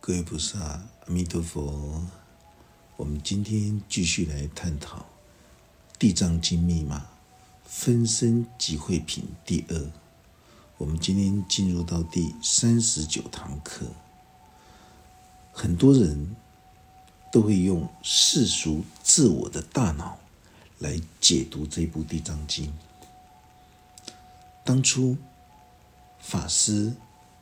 各位菩萨，阿弥陀佛。我们今天继续来探讨《地藏经》密码分身集会品第2。我们今天进入到第39堂课。很多人都会用世俗自我的大脑来解读这部《地藏经》。当初法师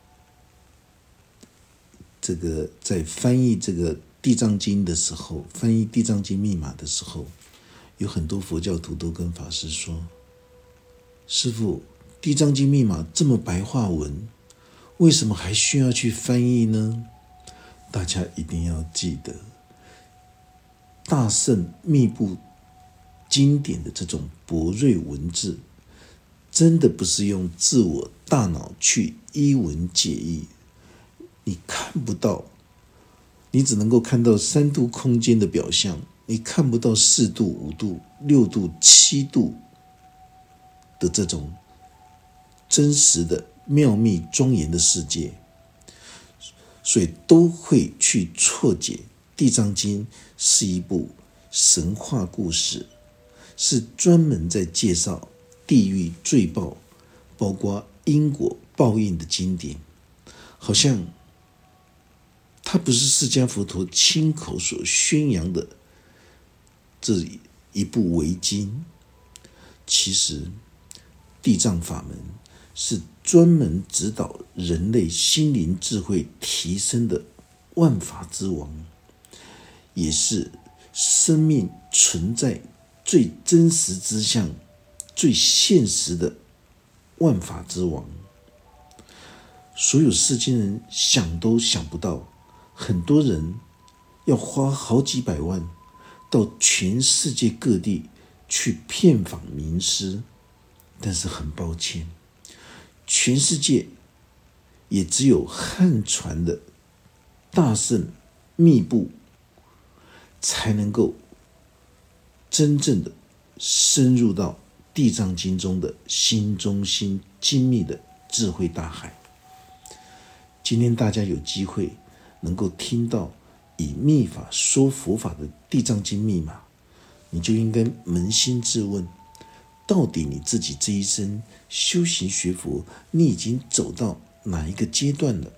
在翻译这个《地藏经》的时候，翻译《地藏经》密码的时候，有很多佛教徒都跟法师说：“师父，《地藏经》密码这么白话文，为什么还需要去翻译呢？”大家一定要记得，大圣密布经典的这种博瑞文字，真的不是用自我大脑去依文解义。你看不到，你只能够看到3度空间的表象，你看不到4度、5度、6度、7度的这种真实的妙密庄严的世界，所以都会去错解《地藏经》是一部神话故事，是专门在介绍地狱罪报，包括因果报应的经典，好像它不是释迦佛陀亲口所宣扬的这一部微经。其实地藏法门是专门指导人类心灵智慧提升的万法之王，也是生命存在最真实之相、最现实的万法之王。所有世间人想都想不到，很多人要花好几百万到全世界各地去遍访名师，但是很抱歉，全世界也只有汉传的大圣密部才能够真正的深入到地藏经中的心中心精密的智慧大海。今天大家有机会能够听到以密法说佛法的地藏经密码，你就应该扪心自问，到底你自己这一生修行学佛，你已经走到哪一个阶段了？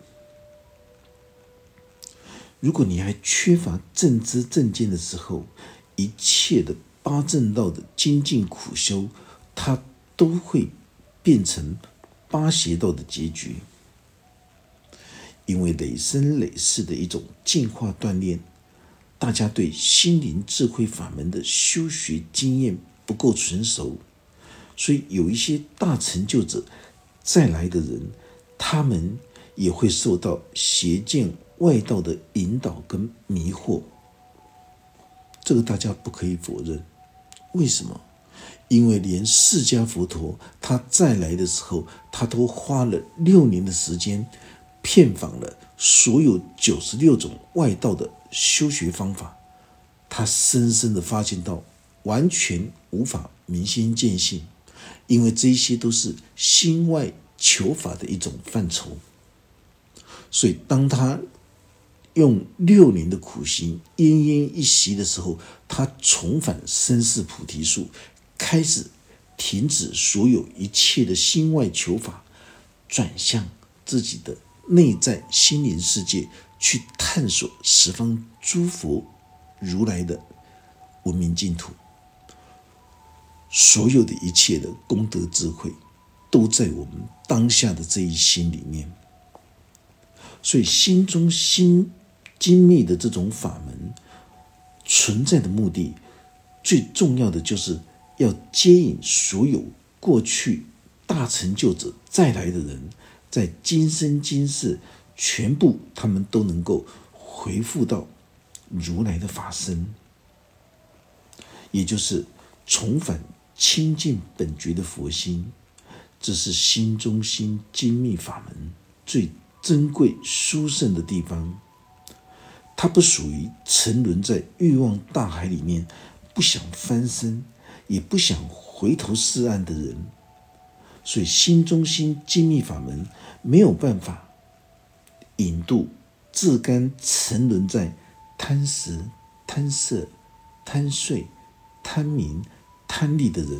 如果你还缺乏正知正见的时候，一切的八正道的精进苦修，它都会变成八邪道的结局。因为累生累世的一种进化锻炼，大家对心灵智慧法门的修学经验不够纯熟，所以有一些大成就者再来的人，他们也会受到邪见外道的引导跟迷惑，这个大家不可以否认。为什么？因为连释迦佛陀他再来的时候，他都花了6年的时间遍访了所有96种外道的修学方法，他深深的发现到完全无法明心见性，因为这些都是心外求法的一种范畴。所以当他用6年的苦行奄奄一息的时候，他重返身世菩提树，开始停止所有一切的心外求法，转向自己的内在心灵世界，去探索十方诸佛如来的文明净土。所有的一切的功德智慧都在我们当下的这一心里面。所以心中心精密的这种法门存在的目的，最重要的就是要接引所有过去大成就者再来的人，在今生今世全部他们都能够回复到如来的法身，也就是重返清净本觉的佛心。这是心中心精密法门最珍贵殊胜的地方。它不属于沉沦在欲望大海里面不想翻身也不想回头是岸的人。所以心中心精密法门没有办法引渡自甘沉沦在贪食、贪色、贪睡、贪名、贪利的人。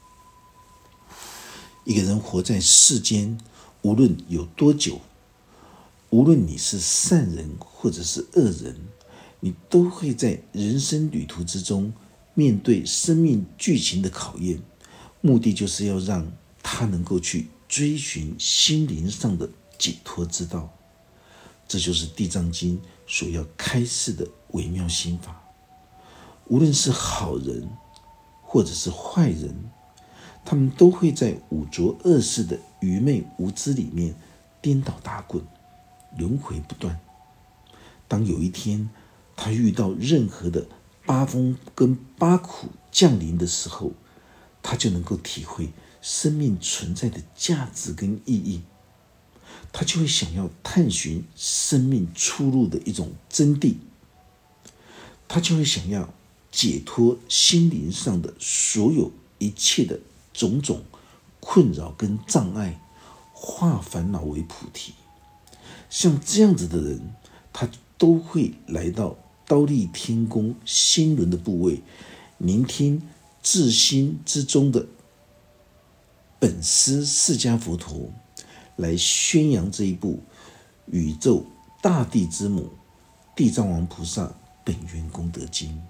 一个人活在世间，无论有多久，无论你是善人或者是恶人，你都会在人生旅途之中面对生命剧情的考验，目的就是要让他能够去追寻心灵上的解脱之道。这就是地藏经所要开示的微妙心法。无论是好人或者是坏人，他们都会在五浊恶世的愚昧无知里面颠倒打滚，轮回不断。当有一天他遇到任何的八风跟八苦降临的时候，他就能够体会生命存在的价值跟意义，他就会想要探寻生命出路的一种真谛，他就会想要解脱心灵上的所有一切的种种困扰跟障碍，化烦恼为菩提。像这样子的人，他都会来到忉利天宫心轮的部位，聆听自心之中的本师释迦佛陀来宣扬这一部宇宙大地之母地藏王菩萨本愿功德经。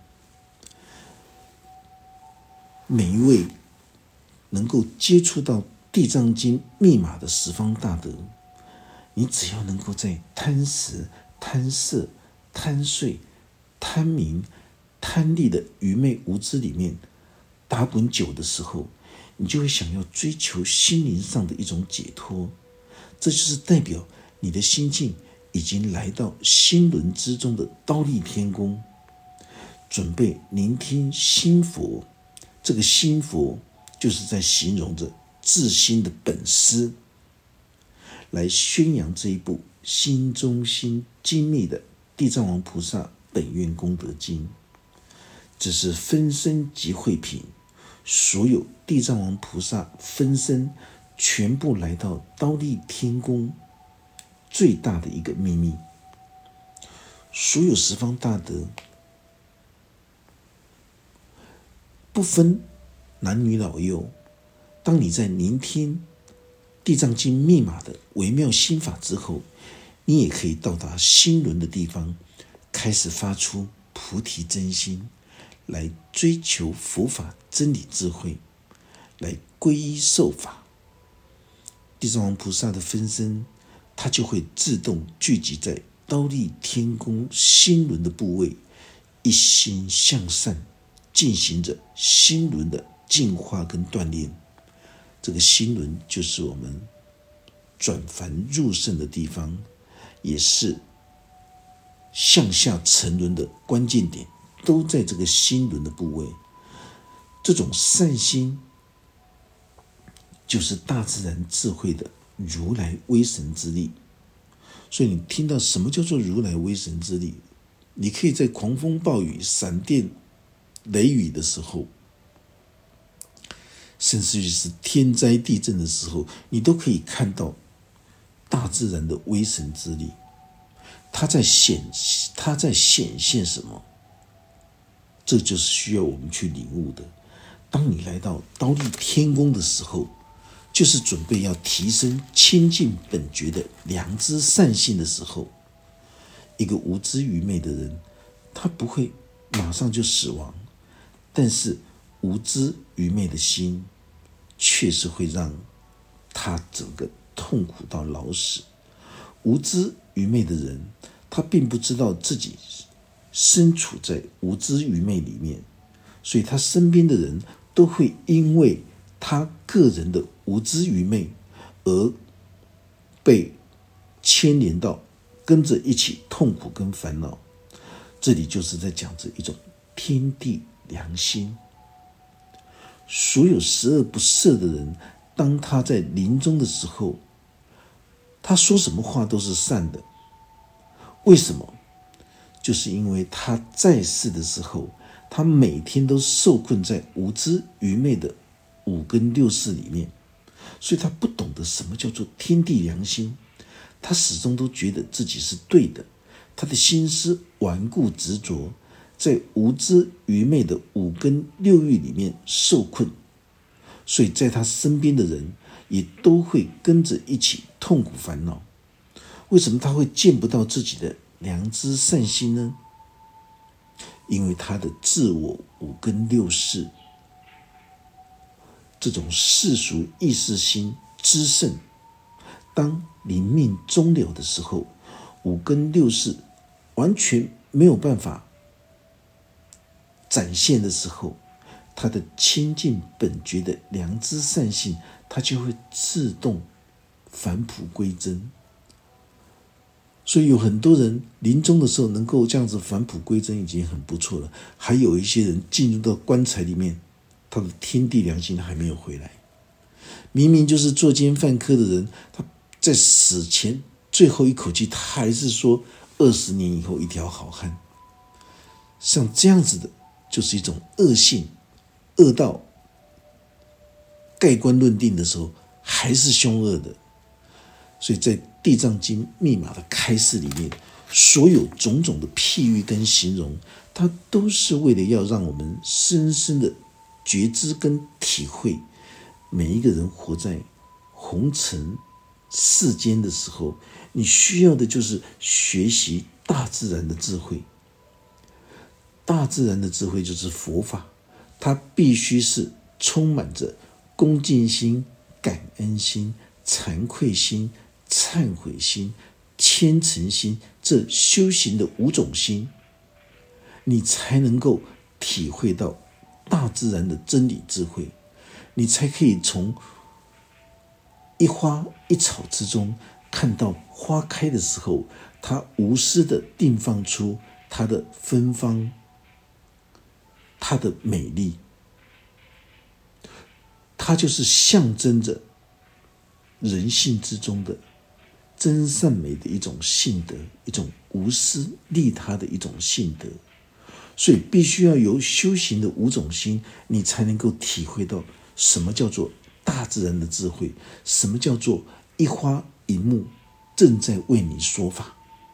每一位能够接触到地藏经密码的十方大德，你只要能够在贪食、贪色、贪睡、贪名、贪利的愚昧无知里面打滚久的时候，你就会想要追求心灵上的一种解脱。这就是代表你的心境已经来到心轮之中的忉利天宫，准备聆听心佛。这个心佛就是在形容着自心的本师，来宣扬这一部心中心精密的地藏王菩萨本愿功德经。这是分身集会品，所有地藏王菩萨分身全部来到忉利天宫最大的一个秘密。所有十方大德不分男女老幼，当你在聆听地藏经密码的微妙心法之后，你也可以到达心轮的地方，开始发出菩提真心，来追求佛法真理智慧，来皈依受法。地藏王菩萨的分身，它就会自动聚集在忉利天宫心轮的部位，一心向善，进行着心轮的净化跟锻炼。这个心轮就是我们转凡入圣的地方，也是向下沉沦的关键点，都在这个心轮的部位。这种善心就是大自然智慧的如来威神之力。所以你听到什么叫做如来威神之力，你可以在狂风暴雨、闪电雷雨的时候，甚至于是天灾地震的时候，你都可以看到大自然的威神之力。它在显现什么？这就是需要我们去领悟的。当你来到忉利天宫的时候，就是准备要提升清净本觉的良知善性的时候。一个无知愚昧的人，他不会马上就死亡，但是无知愚昧的心确实会让他整个痛苦到老死。无知愚昧的人，他并不知道自己身处在无知愚昧里面，所以他身边的人都会因为他个人的无知愚昧而被牵连到，跟着一起痛苦跟烦恼。这里就是在讲着一种天地良心。所有十恶不赦的人，当他在临终的时候，他说什么话都是善的。为什么？就是因为他在世的时候，他每天都受困在无知愚昧的五根六识里面，所以他不懂得什么叫做天地良心。他始终都觉得自己是对的， 他的心思顽固执着，在无知愚昧的五根六欲里面受困，所以在他身边的人也都会跟着一起痛苦烦恼。为什么他会见不到自己的良知善心呢？因为他的自我五根六识，这种世俗意识心之盛，当临命终了的时候，五根六识完全没有办法展现的时候，他的清净本觉的良知善性，他就会自动返璞归真。所以有很多人临终的时候能够这样子返璞归真已经很不错了，还有一些人进入到棺材里面，他的天地良心还没有回来，明明就是作奸犯科的人，他在死前最后一口气，他还是说20年以后一条好汉。像这样子的就是一种恶性，恶到盖棺论定的时候还是凶恶的。所以在地藏经密码的开示里面，所有种种的譬喻跟形容，它都是为了要让我们深深的觉知跟体会，每一个人活在红尘世间的时候，你需要的就是学习大自然的智慧。大自然的智慧就是佛法，它必须是充满着恭敬心、感恩心、惭愧心、忏悔心、虔诚心，这修行的5种心，你才能够体会到大自然的真理智慧，你才可以从一花一草之中看到花开的时候，它无私的定放出它的芬芳，它的美丽，它就是象征着人性之中的真善美的一种性德，一种无私利他的一种性德。所以必须要有修行的5种心，你才能够体会到什么叫做大自然的智慧，什么叫做一花一木正在为你说法。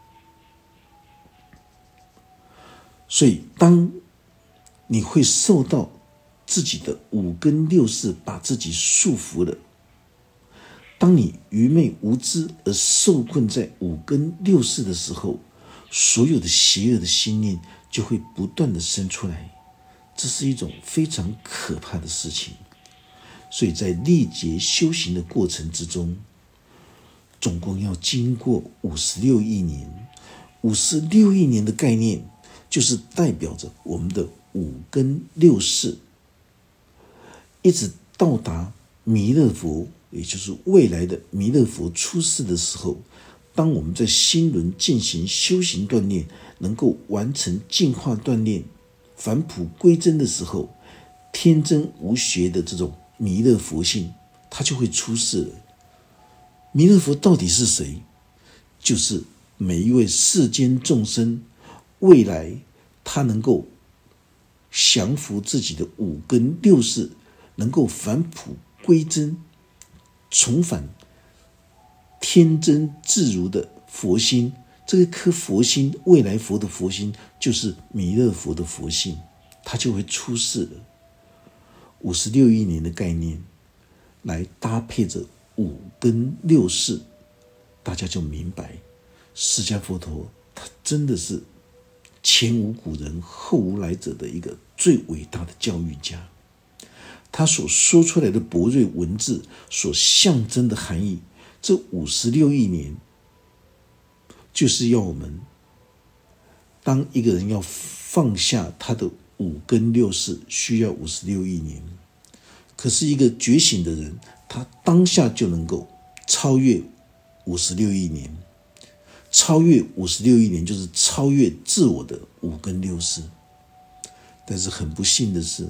所以当你会受到自己的5根6识把自己束缚了，当你愚昧无知而受困在5根6识的时候，所有的邪恶的心念就会不断的生出来，这是一种非常可怕的事情。所以在历劫修行的过程之中，总共要经过56亿年。56亿年的概念就是代表着我们的5根6识一直到达弥勒佛，也就是未来的弥勒佛出世的时候，当我们在心轮进行修行锻炼，能够完成进化锻炼，返璞归真的时候，天真无邪的这种弥勒佛性，它就会出世了。弥勒佛到底是谁？就是每一位世间众生，未来他能够降服自己的5根6识，能够返璞归真，重返天真自如的佛心。这一颗佛心，未来佛的佛心，就是弥勒佛的佛性，它就会出世了。56亿年的概念来搭配着5根6识，大家就明白释迦佛陀他真的是前无古人后无来者的一个最伟大的教育家。他所说出来的博瑞文字所象征的含义，这56亿年就是要我们，当一个人要放下他的5根6识，需要56亿年。可是一个觉醒的人，他当下就能够超越56亿年。超越56亿年就是超越自我的5根6识。但是很不幸的是，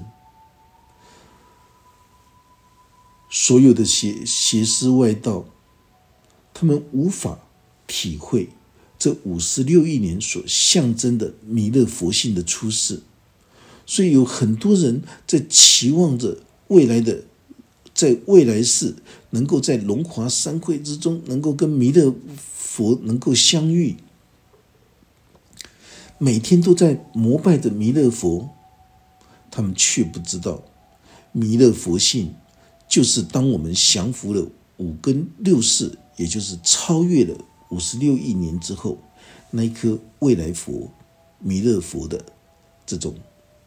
所有的邪师外道，他们无法体会这56亿年所象征的弥勒佛性的出世，所以有很多人在期望着在未来世能够在龙华三会之中能够跟弥勒佛能够相遇， 每天都在膜拜着弥勒佛，他们却不知道，弥勒佛性就是当我们降服了五根六识，也就是超越了56亿年之后，那一颗未来佛弥勒佛的这种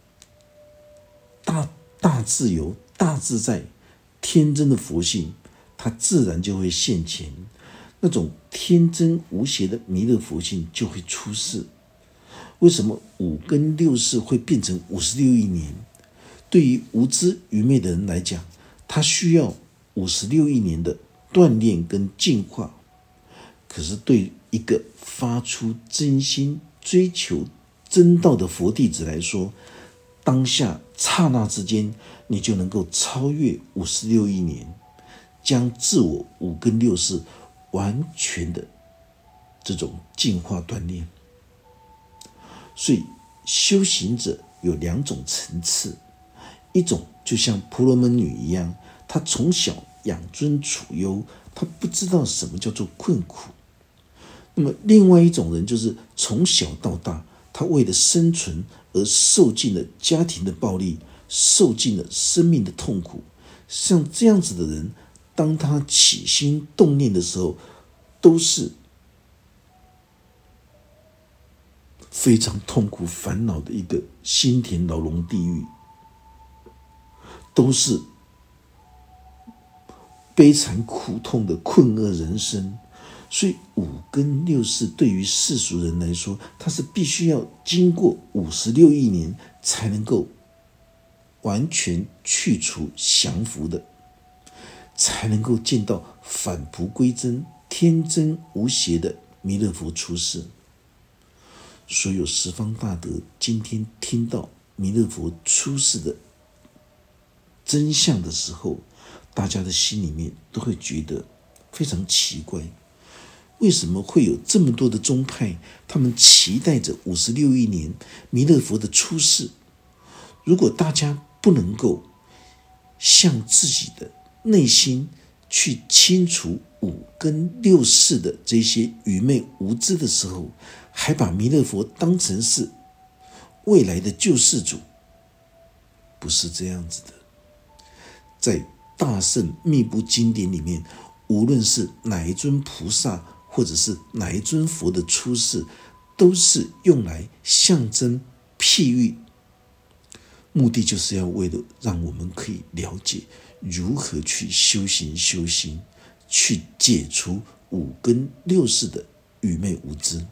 大自由、大自在、天真的佛性，它自然就会现前。那种天真无邪的弥勒佛性就会出世。为什么五根六识会变成56亿年？对于无知愚昧的人来讲，他需要56亿年的锻炼跟进化。可是对一个发出真心追求真道的佛弟子来说，当下刹那之间，你就能够超越56亿年，将自我五根六识完全的这种进化锻炼。所以修行者有2种层次，一种就像婆罗门女一样，她从小养尊处优，她不知道什么叫做困苦。那么另外一种人就是从小到大，他为了生存而受尽了家庭的暴力，受尽了生命的痛苦。像这样子的人，当他起心动念的时候，都是非常痛苦烦恼的一个心田牢笼地狱，都是悲惨苦痛的困厄人生。所以五根六识对于世俗人来说，他是必须要经过56亿年才能够完全去除降服的，才能够见到返璞归真、天真无邪的弥勒佛出世。所有十方大德今天听到弥勒佛出世的真相的时候，大家的心里面都会觉得非常奇怪，为什么会有这么多的宗派，他们期待着56亿年弥勒佛的出世？如果大家不能够向自己的内心去清除五根六识的这些愚昧无知的时候，还把弥勒佛当成是未来的救世主，不是这样子的。在大圣密部经典里面，无论是哪一尊菩萨或者是哪一尊佛的出世，都是用来象征譬喻，目的就是要为了让我们可以了解如何去修行，去解除五根六识的愚昧无知。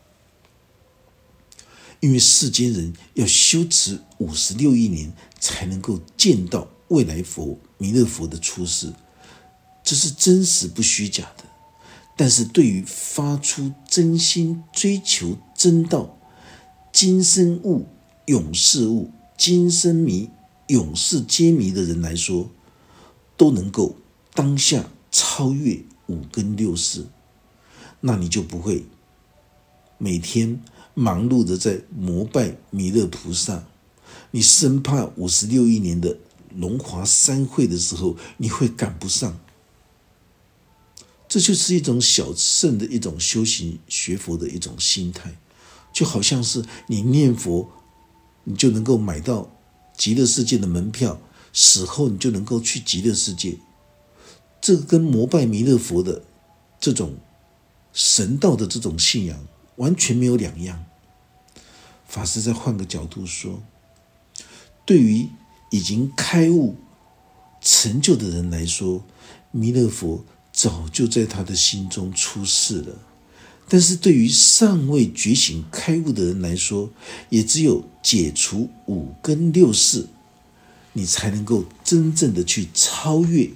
因为世间人要修持56亿年才能够见到未来佛弥勒佛的出世，这是真实不虚假的。但是对于发出真心追求真道，今生悟永世悟，今生迷永世皆迷的人来说，都能够当下超越五根六识，那你就不会每天忙碌的在膜拜弥勒菩萨，你生怕56亿年的龙华三会的时候，你会赶不上。这就是一种小乘的一种修行学佛的一种心态，就好像是你念佛，你就能够买到极乐世界的门票，死后你就能够去极乐世界。这个跟膜拜弥勒佛的这种神道的这种信仰完全没有两样。法师再换个角度说，对于已经开悟成就的人来说，弥勒佛早就在他的心中出世了。但是对于尚未觉醒开悟的人来说，也只有解除五根六识，你才能够真正的去超越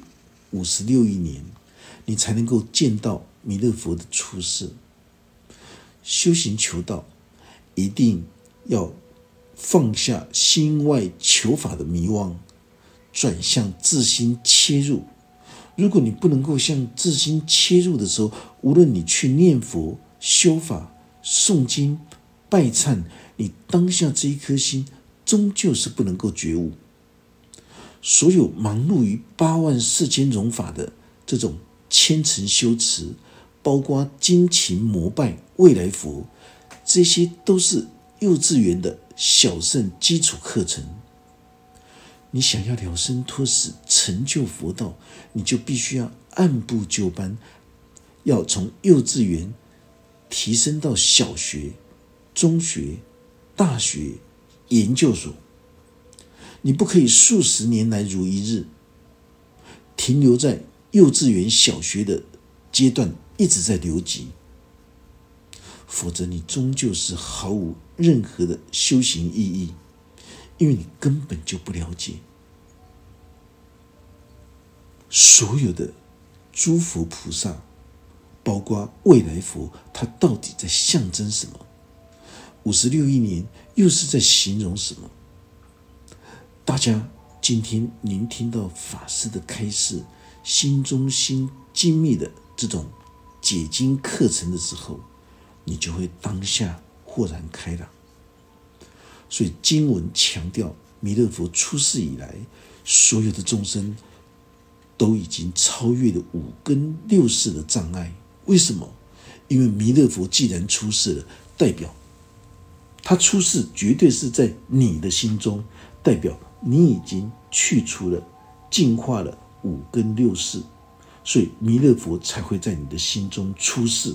56亿年，你才能够见到弥勒佛的出世。修行求道，一定要放下心外求法的迷惘，转向自心切入。如果你不能够向自心切入的时候，无论你去念佛、修法、诵经、拜忏，你当下这一颗心终究是不能够觉悟。所有忙碌于8万4千种法的这种虔诚修持，包括精勤膜拜未来佛，这些都是幼稚园的小乘基础课程。你想要了生脱死、成就佛道，你就必须要按部就班，要从幼稚园提升到小学、中学、大学、研究所。你不可以数十年来如一日停留在幼稚园、小学的阶段，一直在留级，否则你终究是毫无任何的修行意义，因为你根本就不了解所有的诸佛菩萨，包括未来佛，它到底在象征什么？56亿年又是在形容什么？大家今天聆听到法师的开示，心中心精密的这种解经课程的时候，你就会当下豁然开朗。所以经文强调，弥勒佛出世以来，所有的众生都已经超越了五根六识的障碍。为什么？因为弥勒佛既然出世了，代表他出世绝对是在你的心中，代表你已经去除了、净化了五根六识，所以弥勒佛才会在你的心中出世。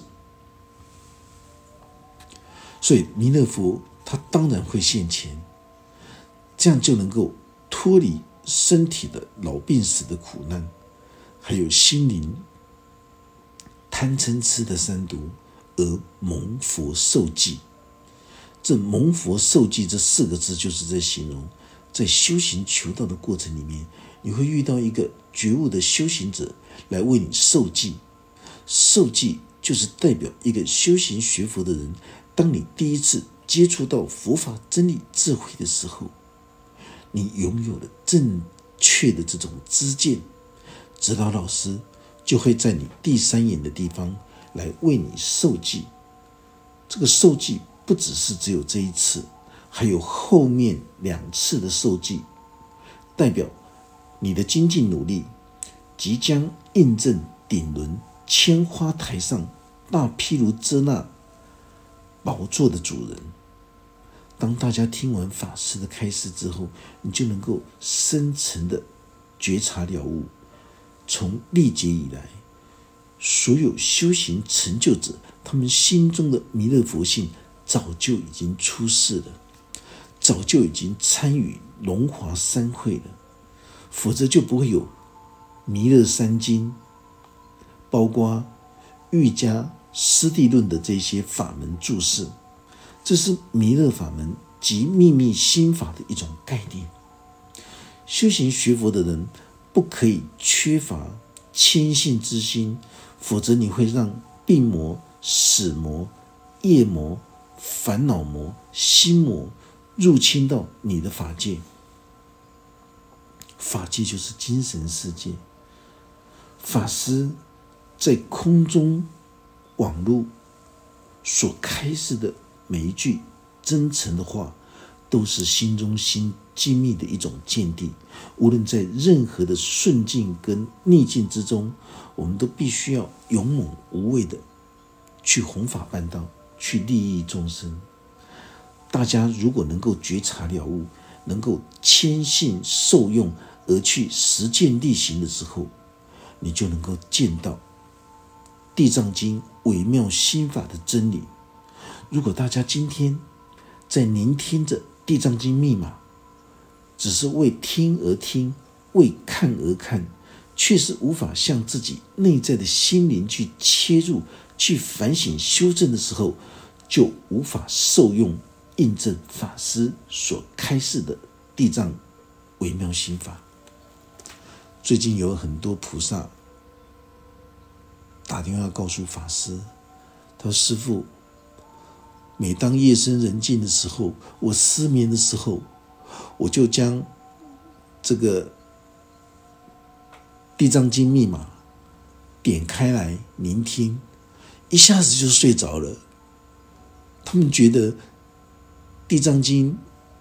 所以弥勒佛他当然会现前，这样就能够脱离身体的老病死的苦难，还有心灵贪嗔痴的三毒，而蒙佛受记。这蒙佛受记这4个字，就是在形容在修行求道的过程里面，你会遇到一个觉悟的修行者来为你受记。受记就是代表一个修行学佛的人，当你第一次接触到佛法真理智慧的时候，你拥有了正确的这种知见，指导老师就会在你第3眼的地方来为你受记。这个受记不只是只有这一次，还有后面2次的受记，代表你的精进努力即将印证顶轮千花台上大毗卢遮那宝座的主人。当大家听完法师的开示之后，你就能够深层的觉察了悟，从历劫以来，所有修行成就者，他们心中的弥勒佛性早就已经出世了，早就已经参与龙华三会了，否则就不会有弥勒三经，包括瑜伽师地论的这些法门注释。这是弥勒法门及秘密心法的一种概念。修行学佛的人不可以缺乏谦信之心，否则你会让病魔、死魔、业魔、烦恼魔、心魔入侵到你的法界。法界就是精神世界。法师在空中网络所开示的每一句真诚的话，都是心中心精密的一种见地。无论在任何的顺境跟逆境之中，我们都必须要勇猛无畏的去弘法办道，去利益众生。大家如果能够觉察了悟，能够谦信受用而去实践力行的时候，你就能够见到地藏经微妙心法的真理。如果大家今天在聆听着地藏经密码，只是为听而听，为看而看，确实无法向自己内在的心灵去切入，去反省修正的时候，就无法受用印证法师所开示的地藏微妙心法。最近有很多菩萨打电话告诉法师，他说：师父，每当夜深人静的时候，我失眠的时候，我就将这个地藏经密码点开来聆听，一下子就睡着了。他们觉得地藏经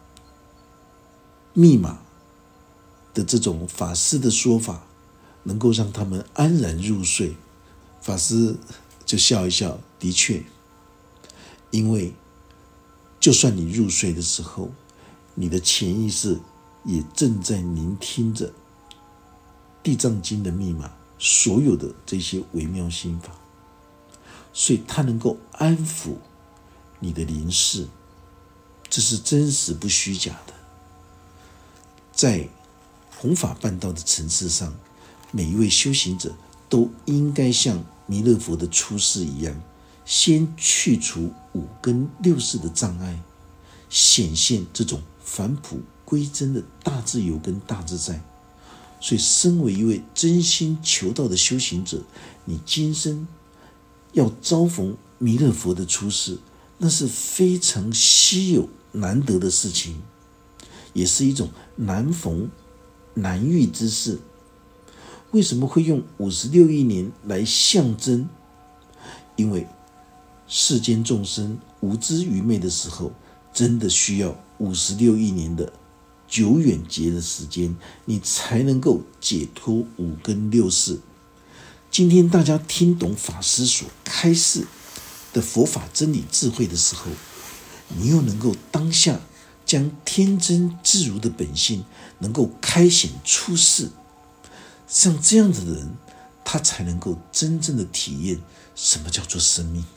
密码的这种法师的说法能够让他们安然入睡。法师就笑一笑，的确，因为就算你入睡的时候，你的潜意识也正在聆听着地藏经的密码，所有的这些微妙心法，所以它能够安抚你的灵视，这是真实不虚假的。在弘法办道的层次上，每一位修行者都应该像弥勒佛的出世一样，先去除五根六识的障碍，显现这种返璞归真的大自由跟大自在。所以身为一位真心求道的修行者，你今生要遭逢弥勒佛的出世，那是非常稀有难得的事情，也是一种难逢难遇之事。为什么会用56亿年来象征？因为世间众生无知愚昧的时候，真的需要56亿年的久远劫的时间，你才能够解脱五根六识。今天大家听懂法师所开示的佛法真理智慧的时候，你又能够当下将天真自如的本性能够开显出世。像这样的人，他才能够真正的体验什么叫做生命。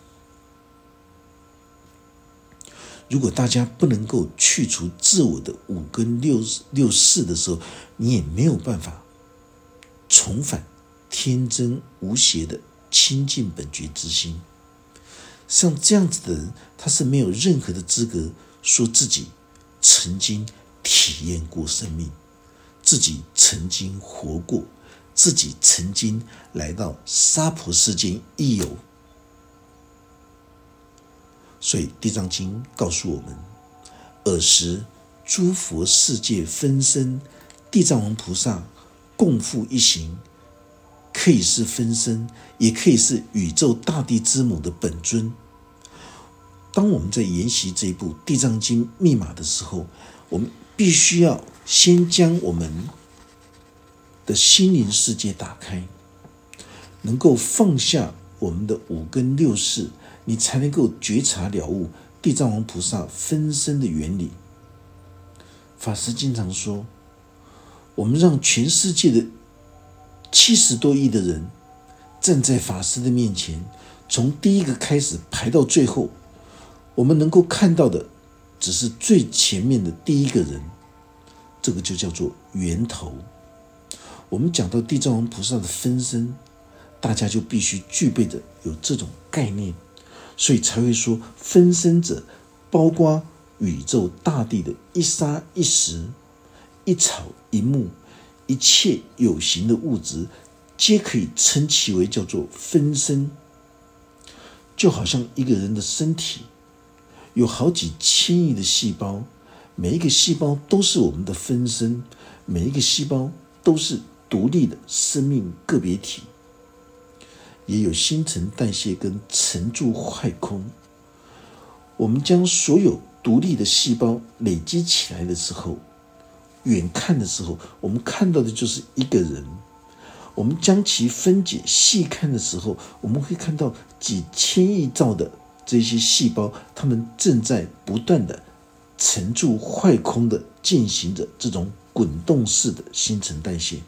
如果大家不能够去除自我的五根六识的时候，你也没有办法重返天真无邪的清净本觉之心。像这样子的人，他是没有任何的资格说自己曾经体验过生命，自己曾经活过，自己曾经来到娑婆世间一游。所以地藏经告诉我们，尔时诸佛世界分身，地藏王菩萨共赴一行，可以是分身，也可以是宇宙大地之母的本尊。当我们在研习这一部地藏经密码的时候，我们必须要先将我们的心灵世界打开，能够放下我们的五根六识，你才能够觉察了悟地藏王菩萨分身的原理。法师经常说，我们让全世界的70多亿的人站在法师的面前，从第一个开始排到最后，我们能够看到的只是最前面的第一个人，这个就叫做源头。我们讲到地藏王菩萨的分身，大家就必须具备的有这种概念，所以才会说分身者包括宇宙大地的一沙一石、一草一木，一切有形的物质皆可以称其为叫做分身。就好像一个人的身体有好几千亿的细胞，每一个细胞都是我们的分身，每一个细胞都是独立的生命个别体，也有新陈代谢跟沉住坏空。我们将所有独立的细胞累积起来的时候，远看的时候，我们看到的就是一个人。我们将其分解细看的时候，我们会看到几千亿兆的这些细胞，它们正在不断的沉住坏空的进行着这种滚动式的新陈代谢。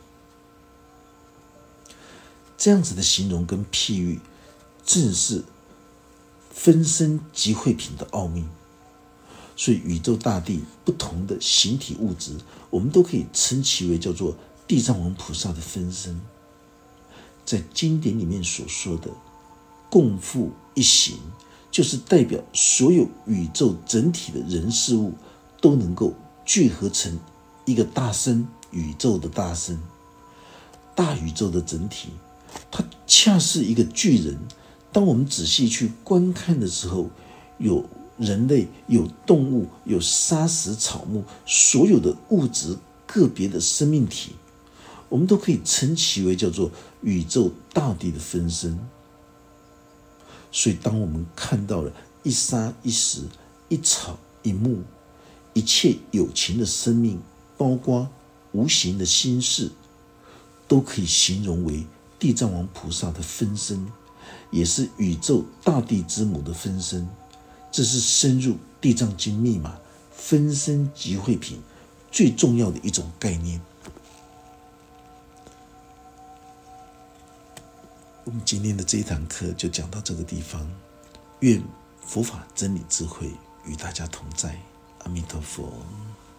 这样子的形容跟譬喻，正是分身集会品的奥秘。所以宇宙大地不同的形体物质，我们都可以称其为叫做地藏王菩萨的分身。在经典里面所说的共赴一行，就是代表所有宇宙整体的人事物都能够聚合成一个大身，宇宙的大身，大宇宙的整体，它恰是一个巨人。当我们仔细去观看的时候，有人类，有动物，有沙石草木，所有的物质个别的生命体，我们都可以称其为叫做宇宙大地的分身。所以当我们看到了一沙一石、一草一木，一切有情的生命，包括无形的心事，都可以形容为地藏王菩萨的分身，也是宇宙大地之母的分身。 这是深入地藏经密码分身集会品最重要的一种概念。我们今天的这一堂课就讲到这个地方，愿佛法真理智慧与大家同在，阿弥陀佛。